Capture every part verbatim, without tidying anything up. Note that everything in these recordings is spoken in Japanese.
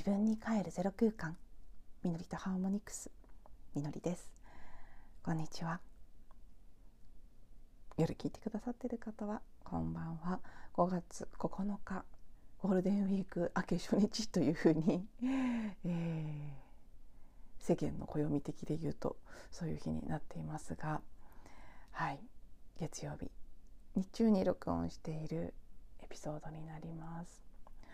自分に帰るゼロ空間、みのりとハーモニクス、みのりです。こんにちは。夜聞いてくださっている方はこんばんは。ごがつここのか、ゴールデンウィーク明け初日というふうに、えー、世間の暦的で言うとそういう日になっていますが、はい、月曜日日中に録音しているエピソードになります。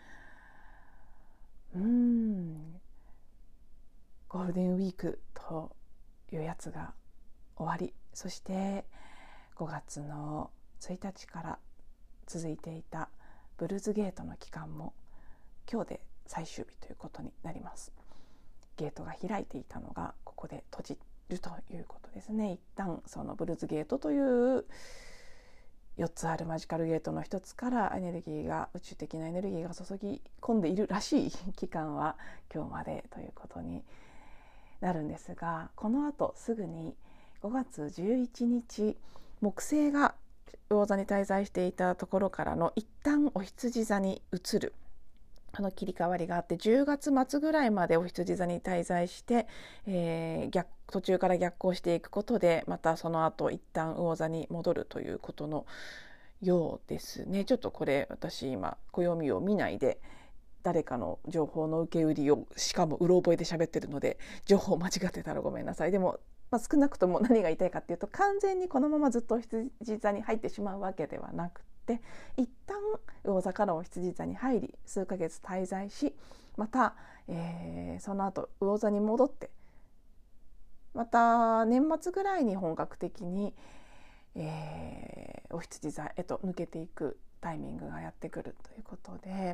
うーんゴールデンウィークというやつが終わり、そしてごがつのついたちから続いていたブルーズゲートの期間も今日で最終日ということになります。ゲートが開いていたのがここで閉じるということですね。一旦そのブルーズゲートというよっつあるマジカルゲートの一つからエネルギーが宇宙的なエネルギーが注ぎ込んでいるらしい期間は今日までということになるんですが、この後すぐにごがつじゅういちにち木星が魚座に滞在していたところからの一旦お羊座に移るあの切り替わりがあって、じゅうがつまつぐらいまでお羊座に滞在して、えー、逆途中から逆行していくことでまたその後一旦魚座に戻るということのようですね。ちょっとこれ私今暦を見ないで誰かの情報の受け売りをしかもうろ覚えで喋ってるので、情報間違ってたらごめんなさい。でも、まあ、少なくとも何が言いたいかっていうと、完全にこのままずっとお羊座に入ってしまうわけではなくて、一旦魚座からお羊座に入り数ヶ月滞在し、また、えー、その後魚座に戻って、また年末ぐらいに本格的に、えー、お羊座へと抜けていくタイミングがやってくるということで、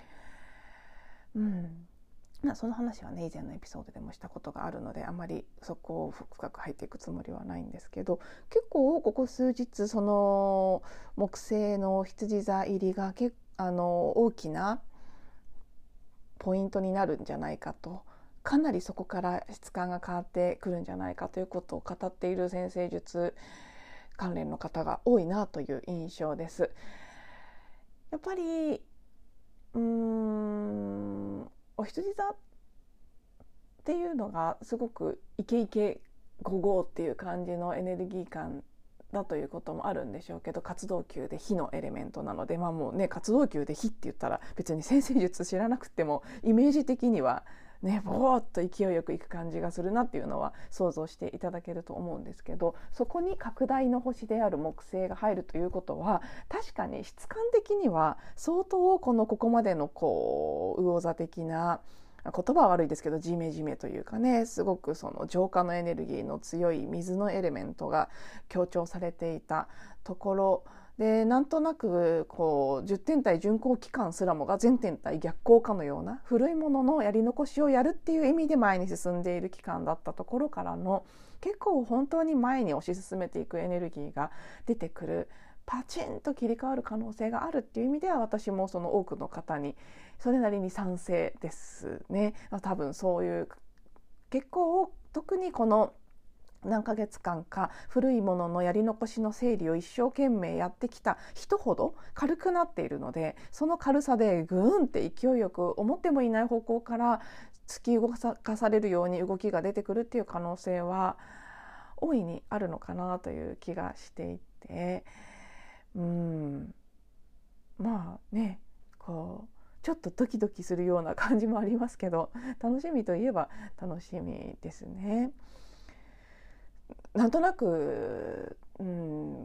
うんまあ、その話はね以前のエピソードでもしたことがあるので、あまりそこを深く入っていくつもりはないんですけど、結構ここ数日その木星の羊座入りが結あの大きなポイントになるんじゃないかと、かなりそこから質感が変わってくるんじゃないかということを語っている占星術関連の方が多いなという印象です。やっぱりうーんお羊座っていうのがすごくイケイケゴゴーっていう感じのエネルギー感だということもあるんでしょうけど、活動球で火のエレメントなので、まあもうね活動球で火って言ったら別に占星術知らなくてもイメージ的にはねボーっと勢いよくいく感じがするなっていうのは想像していただけると思うんですけど、そこに拡大の星である木星が入るということは、確かに質感的には相当このここまでのこう魚座的な、言葉は悪いですけどジメジメというかね、すごくその浄化のエネルギーの強い水のエレメントが強調されていたところで、なんとなくこうじゅってん体巡行期間すらもが全天体逆行かのような古いもののやり残しをやるっていう意味で前に進んでいる期間だったところからの、結構本当に前に推し進めていくエネルギーが出てくる、パチンと切り替わる可能性があるっていう意味では、私もその多くの方にそれなりに賛成ですね。多分そういう結構特にこの何ヶ月間か古いもののやり残しの整理を一生懸命やってきた人ほど軽くなっているので、その軽さでグーンって勢いよく思ってもいない方向から突き動かされるように動きが出てくるっていう可能性は大いにあるのかなという気がしていて、うんまあねこうちょっとドキドキするような感じもありますけど、楽しみといえば楽しみですね。なんとなく、うん、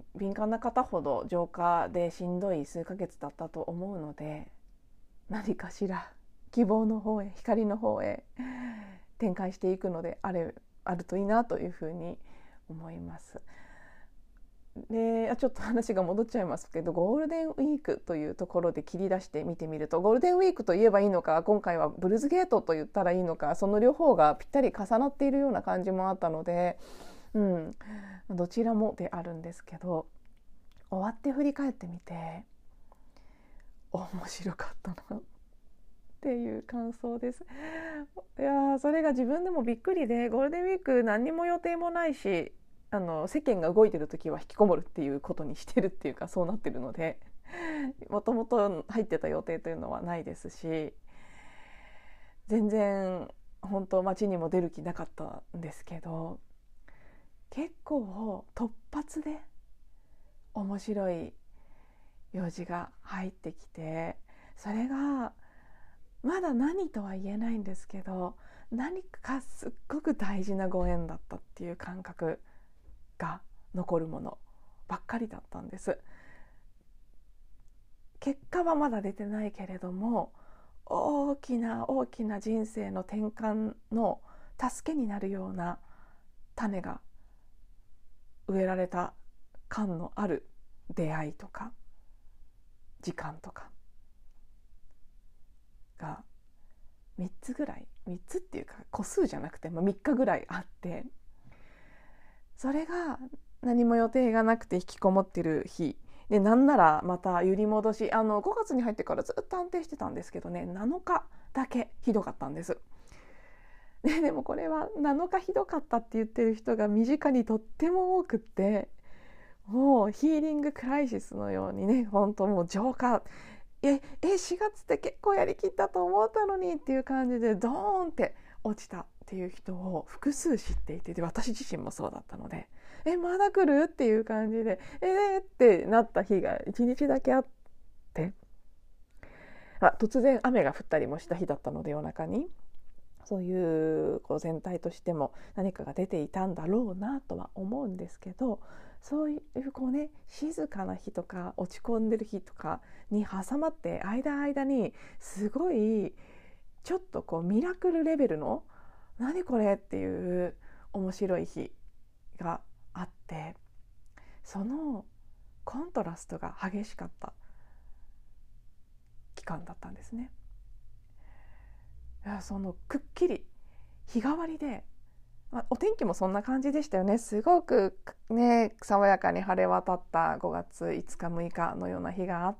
敏感な方ほど浄化でしんどい数ヶ月だったと思うので、何かしら希望の方へ光の方へ展開していくのであれあるといいなというふうに思います。でちょっと話が戻っちゃいますけど、ゴールデンウィークというところで切り出して見てみると、ゴールデンウィークと言えばいいのか、今回はブルーズゲートと言ったらいいのか、その両方がぴったり重なっているような感じもあったので、うん、どちらもであるんですけど、終わって振り返ってみて面白かったなっていう感想です。いやそれが自分でもびっくりで、ゴールデンウィーク何にも予定もないし、あの世間が動いてる時は引きこもるっていうことにしてるっていうか、そうなってるので、もともと入ってた予定というのはないですし、 全然本当街にも出る気なかったんですけど、結構突発で面白い用事が入ってきて、それがまだ何とは言えないんですけど、何かすっごく大事なご縁だったっていう感覚が残るものばっかりだったんです。結果はまだ出てないけれども、大きな大きな人生の転換の助けになるような種が植えられた感のある出会いとか時間とかがみっつぐらい、みっつっていうか個数じゃなくて、まあ、みっかぐらいあって、それが何も予定がなくて引きこもってる日で、なんならまた揺り戻し、あのごがつに入ってからずっと安定してたんですけどね、なのかだけひどかったんです。で, でもこれはなのかひどかったって言ってる人が身近にとっても多くって、もうヒーリングクライシスのようにね、本当もう浄化、ええしがつって結構やりきったと思ったのにっていう感じでドーンって落ちたっていう人を複数知っていて、で私自身もそうだったので、えまだ来るっていう感じでえーってなった日がいちにちだけあって、あ突然雨が降ったりもした日だったので、夜中にそういうこう全体としても何かが出ていたんだろうなとは思うんですけど、そういうこうね、静かな日とか落ち込んでる日とかに挟まって、間間にすごいちょっとこうミラクルレベルの何これっていう面白い日があって、そのコントラストが激しかった期間だったんですね。いや、そのくっきり日替わりで、まあ、お天気もそんな感じでしたよね。すごくね爽やかに晴れ渡ったごがついつかむいかのような日があって、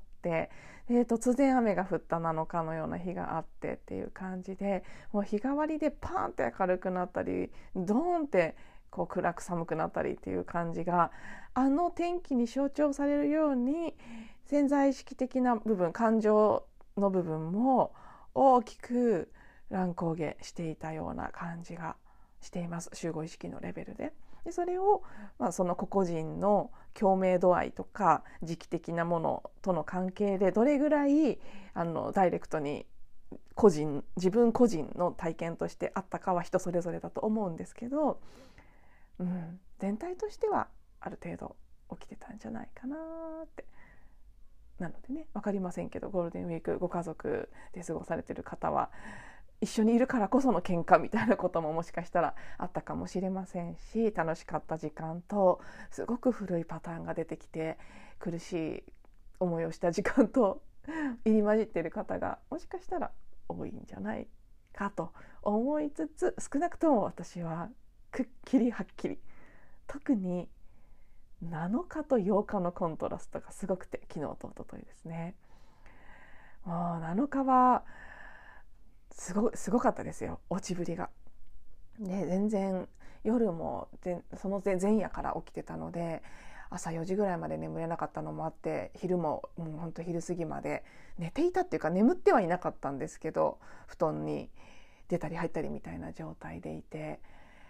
で突然雨が降ったなのかのような日があってっていう感じで、もう日替わりでパーンって明るくなったり、ドーンってこう暗く寒くなったりっていう感じが、あの天気に象徴されるように潜在意識的な部分、感情の部分も大きく乱高下していたような感じがしています。集合意識のレベルで。でそれを、まあ、その個々人の共鳴度合いとか時期的なものとの関係でどれぐらいあのダイレクトに個人自分個人の体験としてあったかは人それぞれだと思うんですけど、うん、全体としてはある程度起きてたんじゃないかなって。なのでね、分かりませんけど、ゴールデンウィークご家族で過ごされている方は一緒にいるからこその喧嘩みたいなことももしかしたらあったかもしれませんし、楽しかった時間とすごく古いパターンが出てきて苦しい思いをした時間と入り混じっている方がもしかしたら多いんじゃないかと思いつつ、少なくとも私はくっきりはっきり、特になのかとようかのコントラストがすごくて、昨日と一昨日ですね。もうなのかはすご、すごかったですよ、落ちぶりが。で全然夜もその前夜から起きてたので、朝よじぐらいまで眠れなかったのもあって、昼ももうほんと昼過ぎまで寝ていたっていうか、眠ってはいなかったんですけど、布団に出たり入ったりみたいな状態でいて、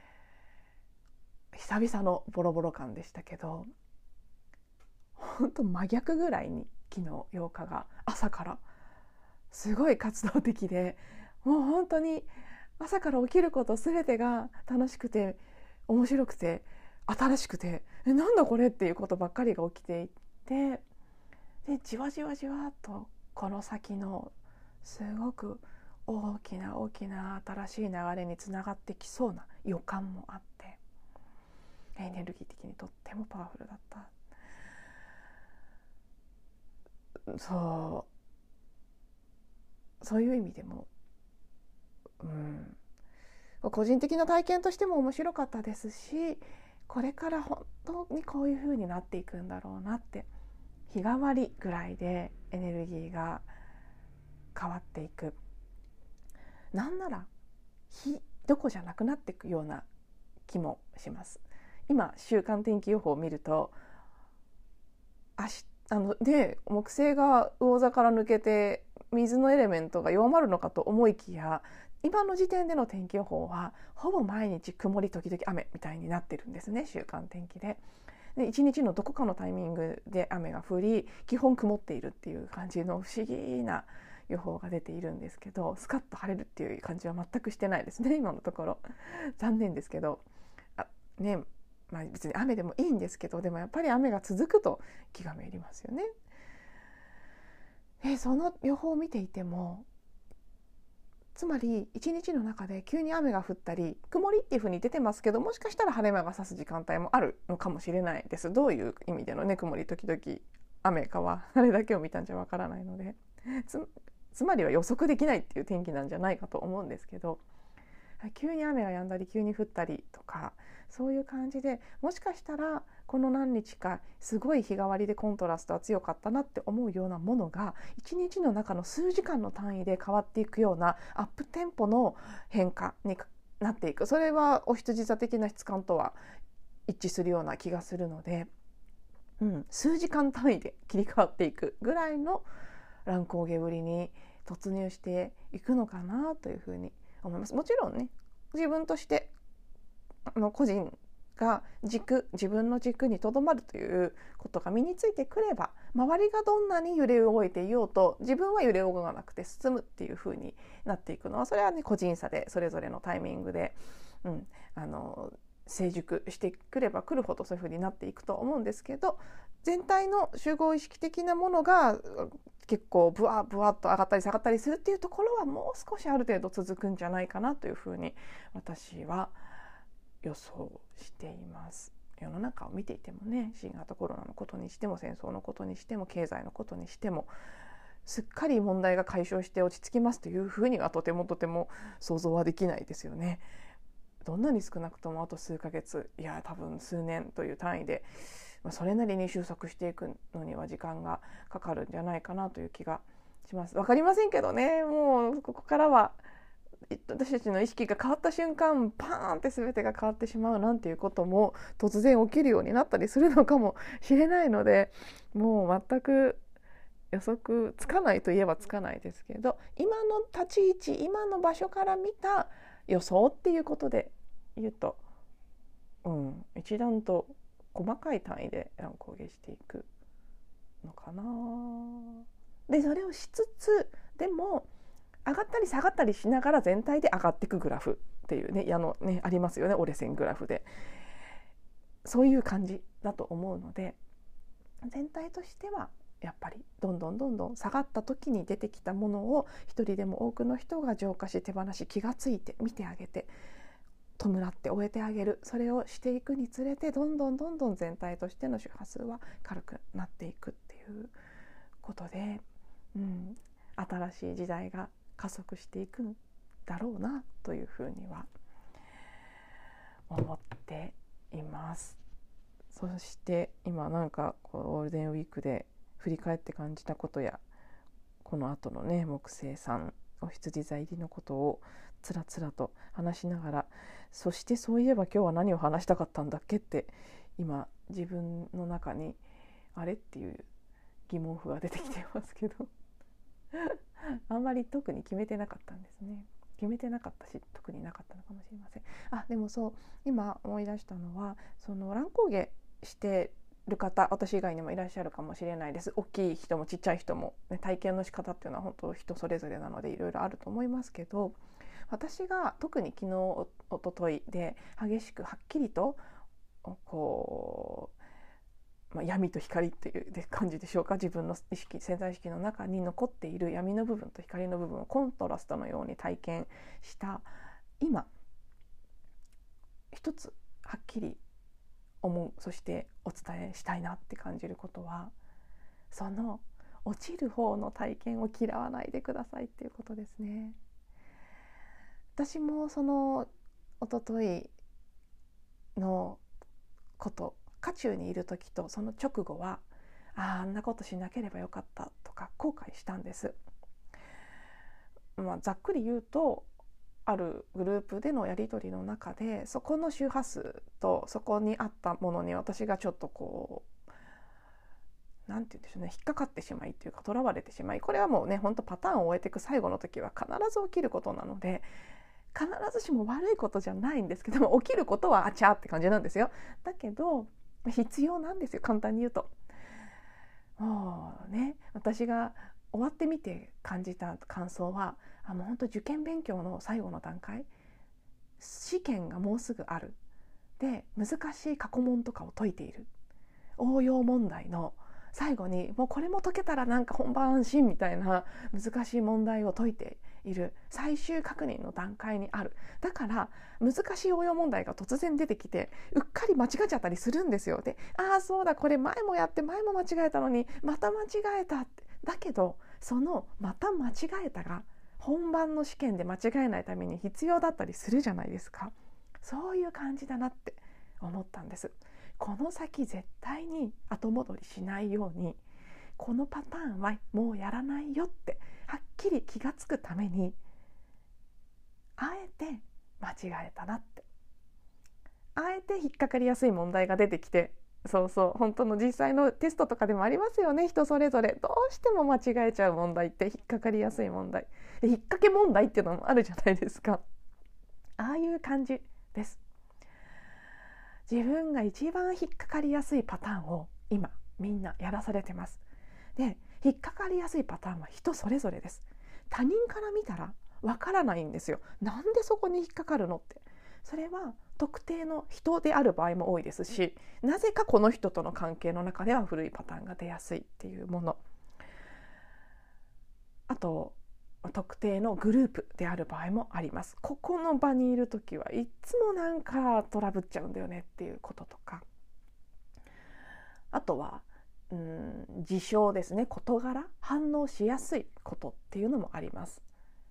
久々のボロボロ感でしたけど、本当真逆ぐらいに昨日ようかが朝からすごい活動的で、もう本当に朝から起きること全てが楽しくて面白くて新しくて、えなんだこれっていうことばっかりが起きていって、でじわじわじわっとこの先のすごく大きな大きな新しい流れにつながってきそうな予感もあって、エネルギー的にとってもパワフルだった。そうそういう意味でも、うん、個人的な体験としても面白かったですし、これから本当にこういう風になっていくんだろうなって、日替わりぐらいでエネルギーが変わっていく、なんなら日どこじゃなくなっていくような気もします。今週間天気予報を見ると、明日あので木星が魚座から抜けて水のエレメントが弱まるのかと思いきや、今の時点での天気予報はほぼ毎日曇り時々雨みたいになってるんですね、週間天気で。で一日のどこかのタイミングで雨が降り、基本曇っているっていう感じの不思議な予報が出ているんですけど、スカッと晴れるっていう感じは全くしてないですね、今のところ。残念ですけど、あね、まあ、別に雨でもいいんですけど、でもやっぱり雨が続くと気がめいりますよね。えその予報を見ていても、つまり一日の中で急に雨が降ったり曇りっていう風に出てますけど、もしかしたら晴れ間が差す時間帯もあるのかもしれないです。どういう意味でのね、曇り時々雨かはあれだけを見たんじゃわからないので、 つ, つまりは予測できないっていう天気なんじゃないかと思うんですけど、急に雨が止んだり急に降ったりとか、そういう感じで、もしかしたらこの何日かすごい日替わりでコントラストは強かったなって思うようなものが、一日の中の数時間の単位で変わっていくようなアップテンポの変化になっていく。それはお羊座的な質感とは一致するような気がするので、うん、数時間単位で切り替わっていくぐらいの乱高下ぶりに突入していくのかなというふうに思います。もちろんね、自分としてあの個人が軸、自分の軸にとどまるということが身についてくれば、周りがどんなに揺れ動いていようと自分は揺れ動かなくて進むっていう風になっていくのは、それはね個人差でそれぞれのタイミングで、うん、あの成熟してくればくるほどそういう風になっていくと思うんですけど、全体の集合意識的なものが結構ブワーブワーっと上がったり下がったりするっていうところは、もう少しある程度続くんじゃないかなという風に私は予想しています。世の中を見ていてもね、新型コロナのことにしても戦争のことにしても経済のことにしても、すっかり問題が解消して落ち着きますというふうにはとてもとても想像はできないですよね。どんなに少なくともあと数ヶ月、いや多分数年という単位で、それなりに収束していくのには時間がかかるんじゃないかなという気がします。わかりませんけどね、もうここからは私たちの意識が変わった瞬間パーンって全てが変わってしまうなんていうことも突然起きるようになったりするのかもしれないので、もう全く予測つかないといえばつかないですけど、今の立ち位置、今の場所から見た予想っていうことで言うと、うん、一段と細かい単位で乱高下していくのかな。でそれをしつつ、でも上がったり下がったりしながら全体で上がっていくグラフっていうね、あのねありますよね、折れ線グラフで。そういう感じだと思うので、全体としてはやっぱりどんどんどんどん下がった時に出てきたものを一人でも多くの人が浄化し手放し気がついて見てあげて弔って終えてあげる、それをしていくにつれてどんどんどんどん全体としての周波数は軽くなっていくっていうことで、うん、新しい時代が加速していくんだろうなというふうには思っています。そして今なんかこうゴールデンウィークで振り返って感じたことや、この後のね木星さんお羊座入りのことをつらつらと話しながら、そしてそういえば今日は何を話したかったんだっけって今自分の中にあれっていう疑問符が出てきていますけどあんまり特に決めてなかったんですね。決めてなかったし特になかったのかもしれません。あでもそう今思い出したのは、その乱高下してる方、私以外にもいらっしゃるかもしれないです。大きい人もちっちゃい人も、ね、体験の仕方っていうのは本当人それぞれなのでいろいろあると思いますけど、私が特に昨日おとといで激しくはっきりとこう、まあ、闇と光っていう感じでしょうか、自分の意識潜在意識の中に残っている闇の部分と光の部分をコントラストのように体験した今、一つはっきり思う、そしてお伝えしたいなって感じることは、その落ちる方の体験を嫌わないでくださいっていうことですね。私もその一昨日のこと渦中にいる時とその直後は あ, あんなことしなければよかったとか後悔したんです。まあ、ざっくり言うと、あるグループでのやり取りの中でそこの周波数とそこにあったものに私がちょっとこうなんて言うんでしょうね、引っかかってしまいっていうか、とらわれてしまい、これはもうね本当パターンを終えていく最後の時は必ず起きることなので、必ずしも悪いことじゃないんですけども、起きることはあちゃーって感じなんですよ。だけど必要なんですよ、簡単に言うと。もうね、私が終わってみて感じた感想は、あもう本当受験勉強の最後の段階、試験がもうすぐある、で難しい過去問とかを解いている、応用問題の最後にもうこれも解けたらなんか本番安心みたいな難しい問題を解いている最終確認の段階にある。だから難しい応用問題が突然出てきてうっかり間違えちゃったりするんですよ。で、ああそうだ、これ前もやって前も間違えたのにまた間違えたって。だけどそのまた間違えたが本番の試験で間違えないために必要だったりするじゃないですか。そういう感じだなって思ったんです。この先絶対に後戻りしないように、このパターンはもうやらないよってはっきり気がつくために、あえて間違えたなって、あえて引っかかりやすい問題が出てきて、そうそう、本当の実際のテストとかでもありますよね。人それぞれどうしても間違えちゃう問題って、引っかかりやすい問題で、引っ掛け問題っていうのもあるじゃないですか。ああいう感じです。自分が一番引っかかりやすいパターンを今みんなやらされてます。で、引っかかりやすいパターンは人それぞれです。他人から見たらわからないんですよ。なんでそこに引っかかるのって。それは特定の人である場合も多いですし、なぜかこの人との関係の中では古いパターンが出やすいっていうもの、あと特定のグループである場合もあります。ここの場にいるときはいつもなんかトラブっちゃうんだよねっていうこととか、あとはうーん事象ですね、事柄、反応しやすいことっていうのもあります。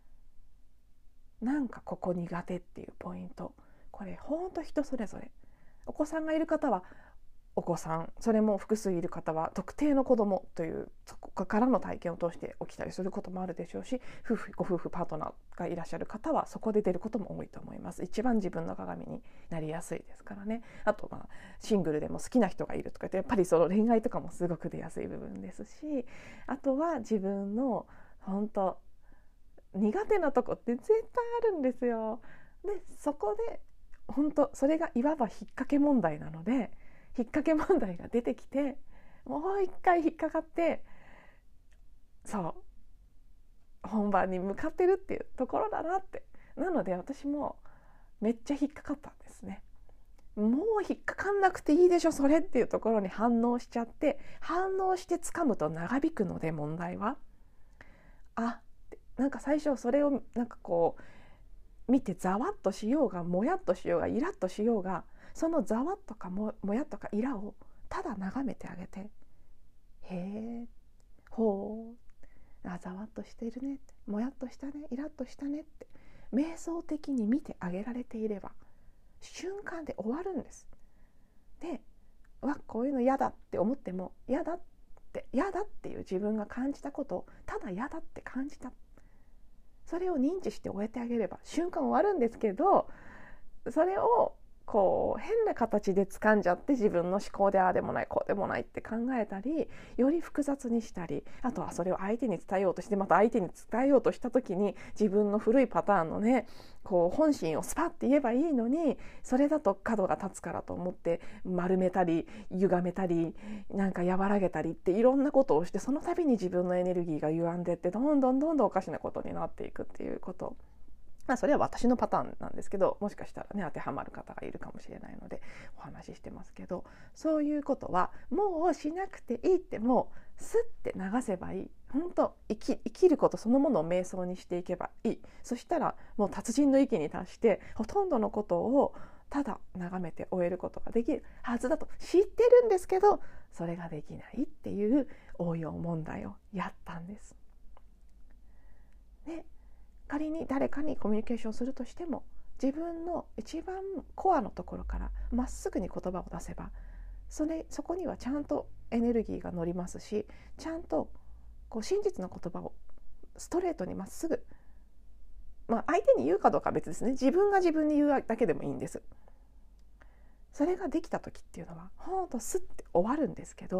なんかここ苦手っていうポイント、これほんと人それぞれ。お子さんがいる方はお子さん、それも複数いる方は特定の子供というそこからの体験を通して起きたりすることもあるでしょうし、夫婦ご夫婦パートナーがいらっしゃる方はそこで出ることも多いと思います。一番自分の鏡になりやすいですからね。あとまあシングルでも好きな人がいるとかって、やっぱりその恋愛とかもすごく出やすい部分ですし、あとは自分の本当苦手なとこって絶対あるんですよ。でそこで本当それがいわば引っ掛け問題なので、引っ掛け問題が出てきてもう一回引っかかって、そう本番に向かってるっていうところだなって。なので私もめっちゃ引っかかったんですね。もう引っかかんなくていいでしょそれっていうところに反応しちゃって、反応して掴むと長引くので、問題はあなんか最初それをなんかこう見てざわっとしようがもやっとしようがイラッとしようが、そのざわっとか も, もやっとかイラをただ眺めてあげて、へえほうあざわっとしているねって、もやっとしたね、イラッとしたねって瞑想的に見てあげられていれば瞬間で終わるんです。で、わこういうの嫌だって思っても、嫌だって嫌だっていう自分が感じたことをただ嫌だって感じた、それを認知して終えてあげれば瞬間終わるんですけど、それをこう変な形で掴んじゃって自分の思考でああでもないこうでもないって考えたり、より複雑にしたり、あとはそれを相手に伝えようとして、また相手に伝えようとした時に自分の古いパターンのねこう本心をスパッて言えばいいのに、それだと角が立つからと思って丸めたり歪めたりなんか和らげたりっていろんなことをして、その度に自分のエネルギーが歪んでってどんどんどんどんおかしなことになっていくっていうこと。まあ、それは私のパターンなんですけど、もしかしたらね当てはまる方がいるかもしれないのでお話ししてますけど、そういうことはもうしなくていいって、もうスッて流せばいい。本当生き、生きることそのものを瞑想にしていけばいい。そしたらもう達人の域に達してほとんどのことをただ眺めて終えることができるはずだと知ってるんですけど、それができないっていう応用問題をやったんです。ね、仮に誰かにコミュニケーションするとしても、自分の一番コアのところからまっすぐに言葉を出せば、それそこにはちゃんとエネルギーが乗りますし、ちゃんとこう真実の言葉をストレートにまっすぐ、まあ、相手に言うかどうかは別ですね。自分が自分に言うだけでもいいんです。それができた時っていうのはほんとスッて終わるんですけど、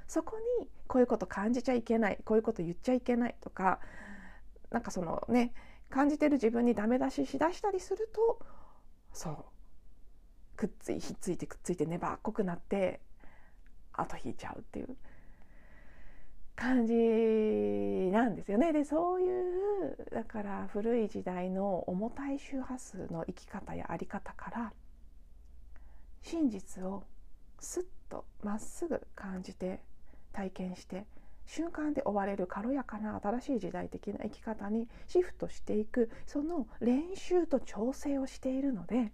そこにこういうこと感じちゃいけない、こういうこと言っちゃいけないとか、なんかそのね感じてる自分にダメ出ししだしたりすると、そうくっついひっついてくっついて粘っこくなって後引いちゃうっていう感じなんですよね。でそういうだから古い時代の重たい周波数の生き方やあり方から真実をスッとまっすぐ感じて体験して瞬間で終われる軽やかな新しい時代的な生き方にシフトしていく、その練習と調整をしているので、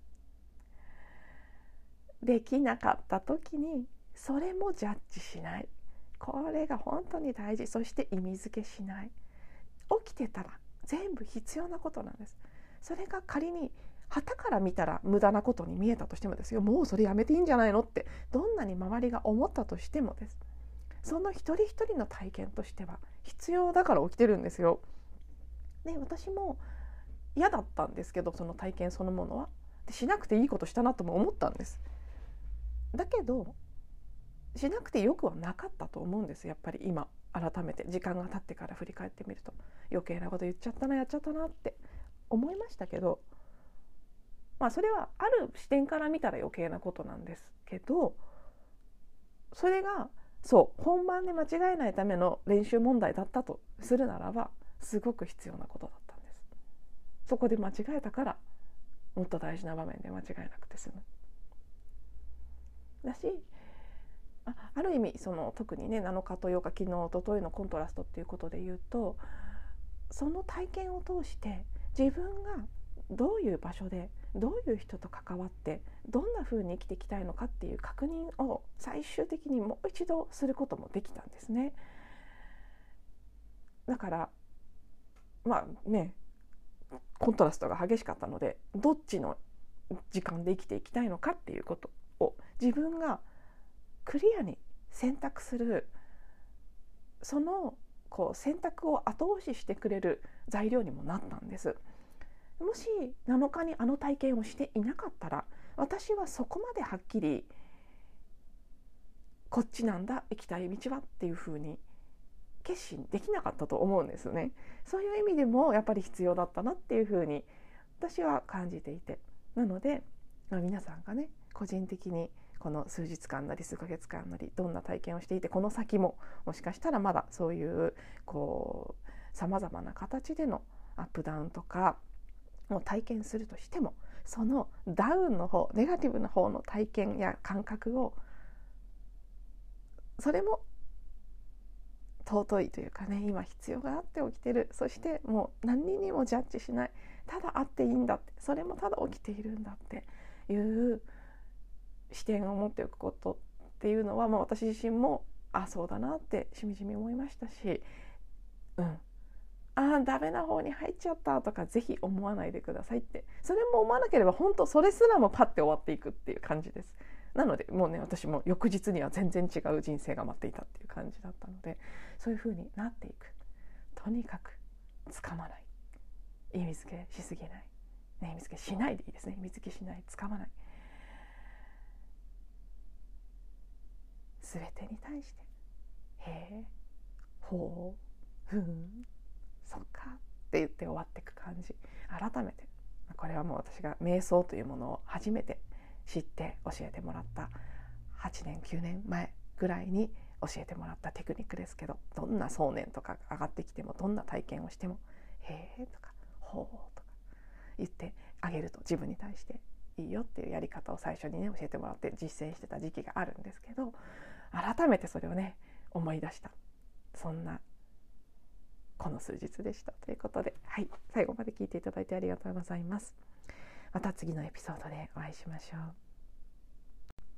できなかった時にそれもジャッジしない、これが本当に大事。そして意味付けしない。起きてたら全部必要なことなんです。それが仮に傍から見たら無駄なことに見えたとしてもですよ、もうそれやめていいんじゃないのってどんなに周りが思ったとしてもです、その一人一人の体験としては必要だから起きてるんですよ。で私も嫌だったんですけど、その体験そのものはでしなくていいことしたなとも思ったんです。だけどしなくてよくはなかったと思うんです。やっぱり今改めて時間が経ってから振り返ってみると、余計なこと言っちゃったなやっちゃったなって思いましたけど、まあそれはある視点から見たら余計なことなんですけど、それがそう本番で間違えないための練習問題だったとするならば、すごく必要なことだったんです。そこで間違えたからもっと大事な場面で間違えなくて済む。だし あ, ある意味その特にねなのかとようか、昨日おとといのコントラストっていうことで言うと、その体験を通して自分がどういう場所でどういう人と関わってどんな風に生きていきたいのかっていう確認を最終的にもう一度することもできたんですね。だからまあねコントラストが激しかったので、どっちの時間で生きていきたいのかっていうことを自分がクリアに選択する、そのこう選択を後押ししてくれる材料にもなったんです。もしなのかにあの体験をしていなかったら、私はそこまではっきりこっちなんだ行きたい道はっていうふうに決心できなかったと思うんですね。そういう意味でもやっぱり必要だったなっていうふうに私は感じていて、なので、まあ、皆さんがね個人的にこの数日間なり数ヶ月間なりどんな体験をしていて、この先ももしかしたらまだそういうこうさまざまな形でのアップダウンとかを体験するとしても、そのダウンの方、ネガティブな方の体験や感覚を、それも尊いというかね、今必要があって起きてる、そしてもう何にもジャッジしない、ただあっていいんだって、それもただ起きているんだっていう視点を持っておくことっていうのは、まあ、私自身もあそうだなってしみじみ思いましたし、うんあダメな方に入っちゃったとかぜひ思わないでくださいって、それも思わなければ本当それすらもパッて終わっていくっていう感じです。なのでもうね私も翌日には全然違う人生が待っていたっていう感じだったので、そういう風になっていく、とにかく掴まない、意味付けしすぎない、ね、意味付けしないでいいですね、意味付けしない、掴まない、全てに対してへえほうふんそっかって言って終わっていく感じ。改めてこれはもう私が瞑想というものを初めて知って教えてもらったはちねんきゅうねんまえぐらいに教えてもらったテクニックですけど、どんな想念とか上がってきても、どんな体験をしてもへえとかほうとか言ってあげると自分に対していいよっていうやり方を最初にね教えてもらって実践してた時期があるんですけど、改めてそれをね思い出した、そんなこの数日でしたということで、はい、最後まで聞いていただいてありがとうございます。また次のエピソードでお会いしましょう。